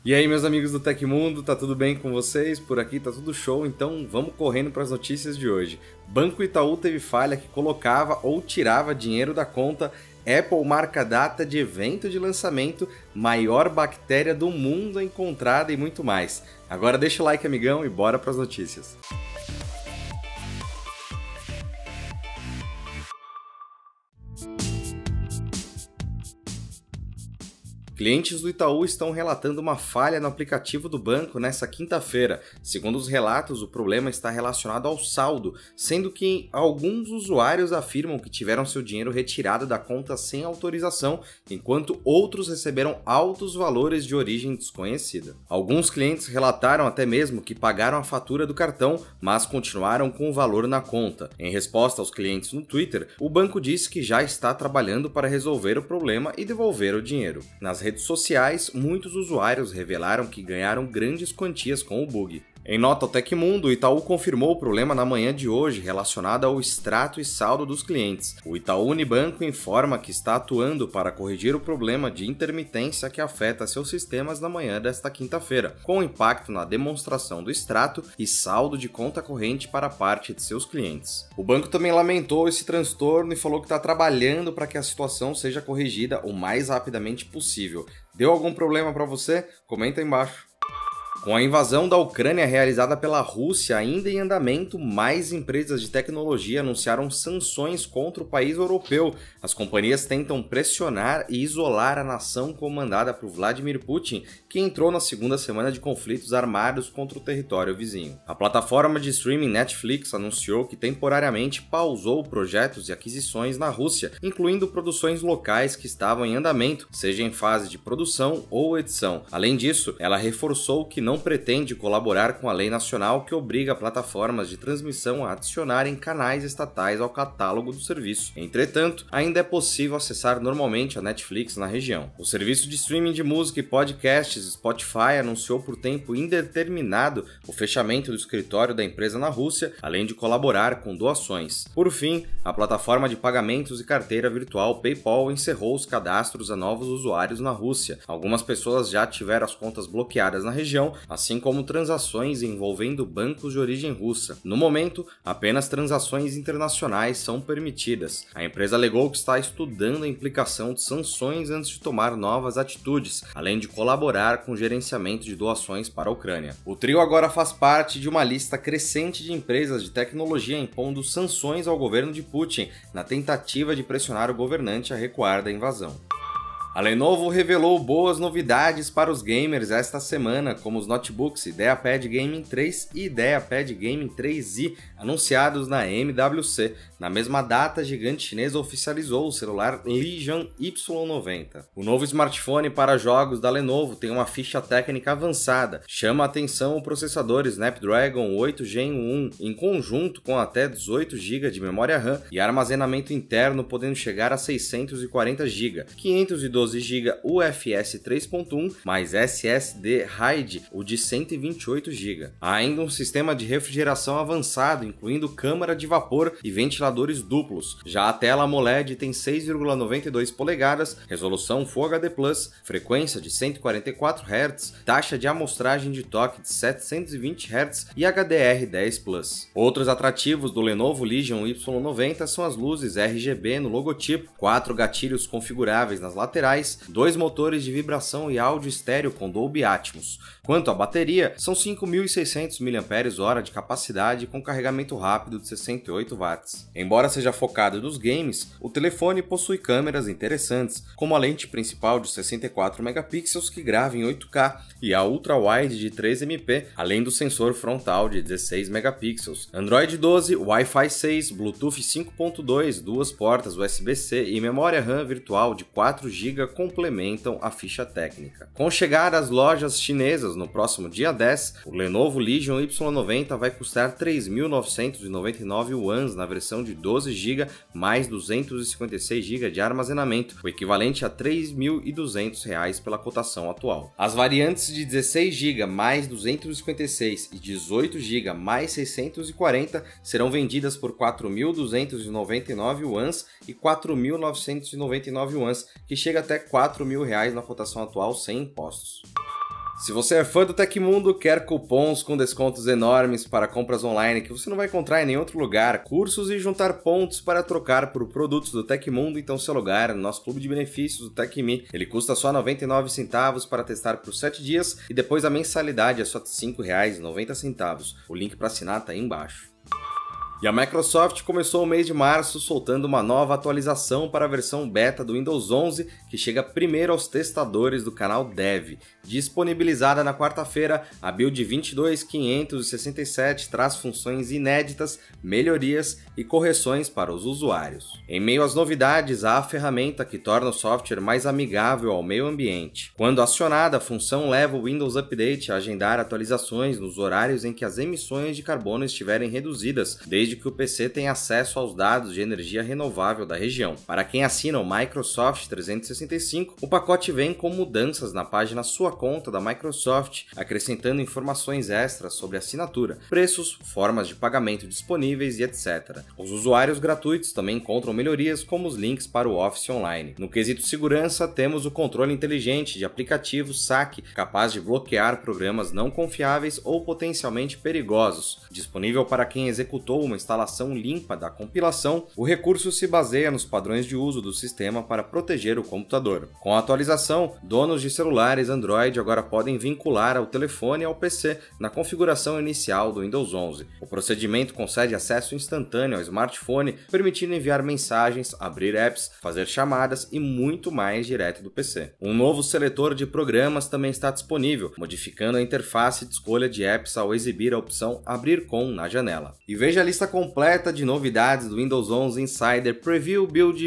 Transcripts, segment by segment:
E aí, meus amigos do Tecmundo, tá tudo bem com vocês? Por aqui tá tudo show, então vamos correndo para as notícias de hoje. Banco Itaú teve falha que colocava ou tirava dinheiro da conta. Apple marca data de evento de lançamento, maior bactéria do mundo encontrada e muito mais. Agora deixa o like, amigão, e bora para as notícias. Clientes do Itaú estão relatando uma falha no aplicativo do banco nesta quinta-feira. Segundo os relatos, o problema está relacionado ao saldo, sendo que alguns usuários afirmam que tiveram seu dinheiro retirado da conta sem autorização, enquanto outros receberam altos valores de origem desconhecida. Alguns clientes relataram até mesmo que pagaram a fatura do cartão, mas continuaram com o valor na conta. Em resposta aos clientes no Twitter, o banco disse que já está trabalhando para resolver o problema e devolver o dinheiro. Nas redes sociais, muitos usuários revelaram que ganharam grandes quantias com o bug. Em nota ao Tecmundo, o Itaú confirmou o problema na manhã de hoje relacionado ao extrato e saldo dos clientes. O Itaú Unibanco informa que está atuando para corrigir o problema de intermitência que afeta seus sistemas na manhã desta quinta-feira, com impacto na demonstração do extrato e saldo de conta corrente para parte de seus clientes. O banco também lamentou esse transtorno e falou que está trabalhando para que a situação seja corrigida o mais rapidamente possível. Deu algum problema para você? Comenta aí embaixo. Com a invasão da Ucrânia realizada pela Rússia ainda em andamento, mais empresas de tecnologia anunciaram sanções contra o país europeu. As companhias tentam pressionar e isolar a nação comandada por Vladimir Putin, que entrou na segunda semana de conflitos armados contra o território vizinho. A plataforma de streaming Netflix anunciou que temporariamente pausou projetos e aquisições na Rússia, incluindo produções locais que estavam em andamento, seja em fase de produção ou edição. Além disso, ela reforçou que não pretende colaborar com a lei nacional que obriga plataformas de transmissão a adicionarem canais estatais ao catálogo do serviço. Entretanto, ainda é possível acessar normalmente a Netflix na região. O serviço de streaming de música e podcasts Spotify anunciou por tempo indeterminado o fechamento do escritório da empresa na Rússia, além de colaborar com doações. Por fim, a plataforma de pagamentos e carteira virtual PayPal encerrou os cadastros a novos usuários na Rússia. Algumas pessoas já tiveram as contas bloqueadas na região, assim como transações envolvendo bancos de origem russa. No momento, apenas transações internacionais são permitidas. A empresa alegou que está estudando a implicação de sanções antes de tomar novas atitudes, além de colaborar com o gerenciamento de doações para a Ucrânia. O trio agora faz parte de uma lista crescente de empresas de tecnologia impondo sanções ao governo de Putin na tentativa de pressionar o governante a recuar da invasão. A Lenovo revelou boas novidades para os gamers esta semana, como os notebooks IdeaPad Gaming 3 e IdeaPad Gaming 3i, anunciados na MWC. Na mesma data, a gigante chinesa oficializou o celular Legion Y90. O novo smartphone para jogos da Lenovo tem uma ficha técnica avançada. Chama a atenção o processador Snapdragon 8 Gen 1, em conjunto com até 18 GB de memória RAM e armazenamento interno podendo chegar a 640 GB, 512 GB UFS 3.1 mais SSD RAID, o de 128 GB. Há ainda um sistema de refrigeração avançado, incluindo câmara de vapor e ventiladores duplos. Já a tela AMOLED tem 6,92 polegadas, resolução Full HD+, frequência de 144 Hz, taxa de amostragem de toque de 720 Hz e HDR10+. Outros atrativos do Lenovo Legion Y90 são as luzes RGB no logotipo, 4 gatilhos configuráveis nas laterais, 2 motores de vibração e áudio estéreo com Dolby Atmos. Quanto à bateria, são 5.600 mAh de capacidade com carregamento rápido de 68 watts. Embora seja focado nos games, o telefone possui câmeras interessantes, como a lente principal de 64 megapixels que grava em 8K e a ultra-wide de 3MP, além do sensor frontal de 16 megapixels. Android 12, Wi-Fi 6, Bluetooth 5.2, 2 portas USB-C e memória RAM virtual de 4 GB complementam a ficha técnica. Com chegada às lojas chinesas no próximo dia 10, o Lenovo Legion Y90 vai custar 3.999 yuans na versão de 12 GB mais 256 GB de armazenamento, o equivalente a R$ 3.200 pela cotação atual. As variantes de 16 GB mais 256 e 18 GB mais 640 serão vendidas por 4.299 yuans e 4.999 yuans, que chega até R$ 4.000 na cotação atual sem impostos. Se você é fã do Tecmundo, quer cupons com descontos enormes para compras online que você não vai encontrar em nenhum outro lugar, cursos e juntar pontos para trocar por produtos do Tecmundo, então seu lugar é no nosso clube de benefícios, do Tecmi. Ele custa só 99 centavos para testar por 7 dias e depois a mensalidade é só R$ 5,90. O link para assinar está aí embaixo. E a Microsoft começou o mês de março soltando uma nova atualização para a versão beta do Windows 11, que chega primeiro aos testadores do canal Dev. Disponibilizada na quarta-feira, a build 22.567 traz funções inéditas, melhorias e correções para os usuários. Em meio às novidades, há a ferramenta que torna o software mais amigável ao meio ambiente. Quando acionada, a função leva o Windows Update a agendar atualizações nos horários em que as emissões de carbono estiverem reduzidas, desde que o PC tenha acesso aos dados de energia renovável da região. Para quem assina o Microsoft 365, o pacote vem com mudanças na página Sua Conta da Microsoft, acrescentando informações extras sobre assinatura, preços, formas de pagamento disponíveis e etc. Os usuários gratuitos também encontram melhorias como os links para o Office Online. No quesito segurança, temos o controle inteligente de aplicativo SAC, capaz de bloquear programas não confiáveis ou potencialmente perigosos. Disponível para quem executou uma instalação limpa da compilação, o recurso se baseia nos padrões de uso do sistema para proteger o computador. Com a atualização, donos de celulares Android agora podem vincular ao telefone e ao PC na configuração inicial do Windows 11. O procedimento concede acesso instantâneo ao smartphone, permitindo enviar mensagens, abrir apps, fazer chamadas e muito mais direto do PC. Um novo seletor de programas também está disponível, modificando a interface de escolha de apps ao exibir a opção Abrir com na janela. E veja a lista completa de novidades do Windows 11 Insider Preview Build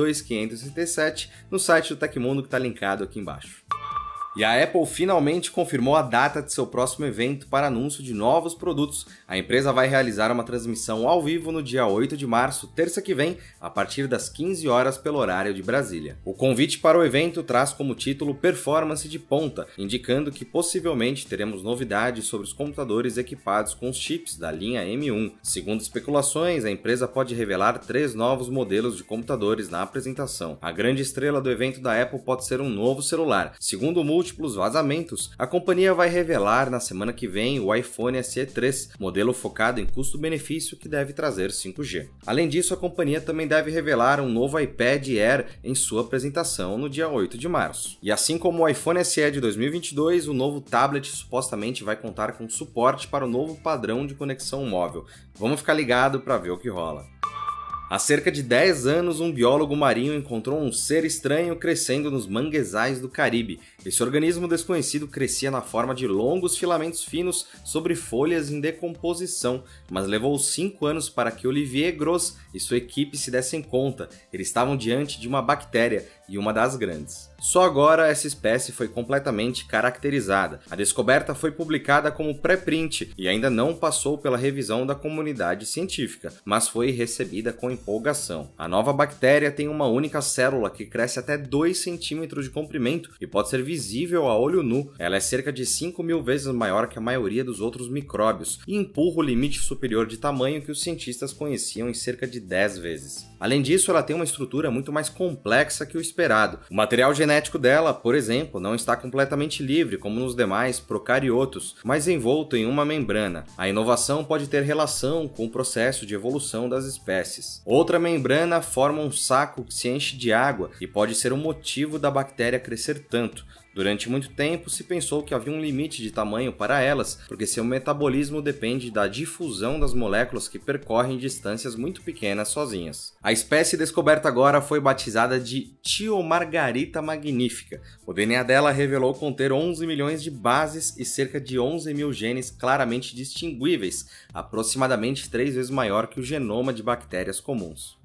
22.567 no site do Tecmundo que está linkado aqui embaixo. E a Apple finalmente confirmou a data de seu próximo evento para anúncio de novos produtos. A empresa vai realizar uma transmissão ao vivo no dia 8 de março, terça que vem, a partir das 15 horas pelo horário de Brasília. O convite para o evento traz como título Performance de Ponta, indicando que possivelmente teremos novidades sobre os computadores equipados com os chips da linha M1. Segundo especulações, a empresa pode revelar 3 novos modelos de computadores na apresentação. A grande estrela do evento da Apple pode ser um novo celular. Segundo múltiplos vazamentos, a companhia vai revelar na semana que vem o iPhone SE 3, modelo focado em custo-benefício que deve trazer 5G. Além disso, a companhia também deve revelar um novo iPad Air em sua apresentação no dia 8 de março. E assim como o iPhone SE de 2022, o novo tablet supostamente vai contar com suporte para o novo padrão de conexão móvel. Vamos ficar ligado para ver o que rola. Há cerca de 10 anos, um biólogo marinho encontrou um ser estranho crescendo nos manguezais do Caribe. Esse organismo desconhecido crescia na forma de longos filamentos finos sobre folhas em decomposição, mas levou 5 anos para que Olivier Gros e sua equipe se dessem conta. Eles estavam diante de uma bactéria, e uma das grandes. Só agora essa espécie foi completamente caracterizada. A descoberta foi publicada como pré-print e ainda não passou pela revisão da comunidade científica, mas foi recebida com empolgação. A nova bactéria tem uma única célula que cresce até 2 centímetros de comprimento e pode ser visível a olho nu. Ela é cerca de 5.000 vezes maior que a maioria dos outros micróbios e empurra o limite superior de tamanho que os cientistas conheciam em cerca de 10 vezes. Além disso, ela tem uma estrutura muito mais complexa que o esperado. O material genético dela, por exemplo, não está completamente livre, como nos demais procariotos, mas envolto em uma membrana. A inovação pode ter relação com o processo de evolução das espécies. Outra membrana forma um saco que se enche de água e pode ser o motivo da bactéria crescer tanto. Durante muito tempo se pensou que havia um limite de tamanho para elas, porque seu metabolismo depende da difusão das moléculas que percorrem distâncias muito pequenas sozinhas. A espécie descoberta agora foi batizada de Thiomargarita magnifica. O DNA dela revelou conter 11 milhões de bases e cerca de 11 mil genes claramente distinguíveis, aproximadamente 3 vezes maior que o genoma de bactérias comuns.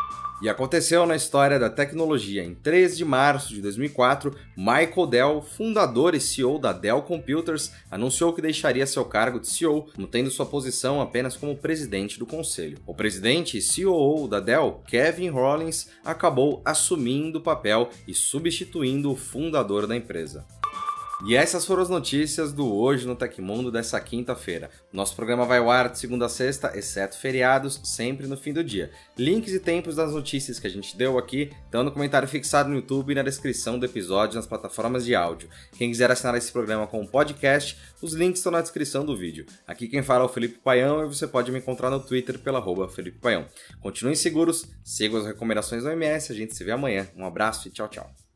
E aconteceu na história da tecnologia. Em 3 de março de 2004, Michael Dell, fundador e CEO da Dell Computers, anunciou que deixaria seu cargo de CEO, mantendo sua posição apenas como presidente do conselho. O presidente e COO da Dell, Kevin Rollins, acabou assumindo o papel e substituindo o fundador da empresa. E essas foram as notícias do Hoje no Tecmundo dessa quinta-feira. Nosso programa vai ao ar de segunda a sexta, exceto feriados, sempre no fim do dia. Links e tempos das notícias que a gente deu aqui estão no comentário fixado no YouTube e na descrição do episódio nas plataformas de áudio. Quem quiser assinar esse programa com um podcast, os links estão na descrição do vídeo. Aqui quem fala é o Felipe Paião e você pode me encontrar no Twitter pela @Felipe Paião. Continuem seguros, sigam as recomendações do OMS, a gente se vê amanhã. Um abraço e tchau, tchau.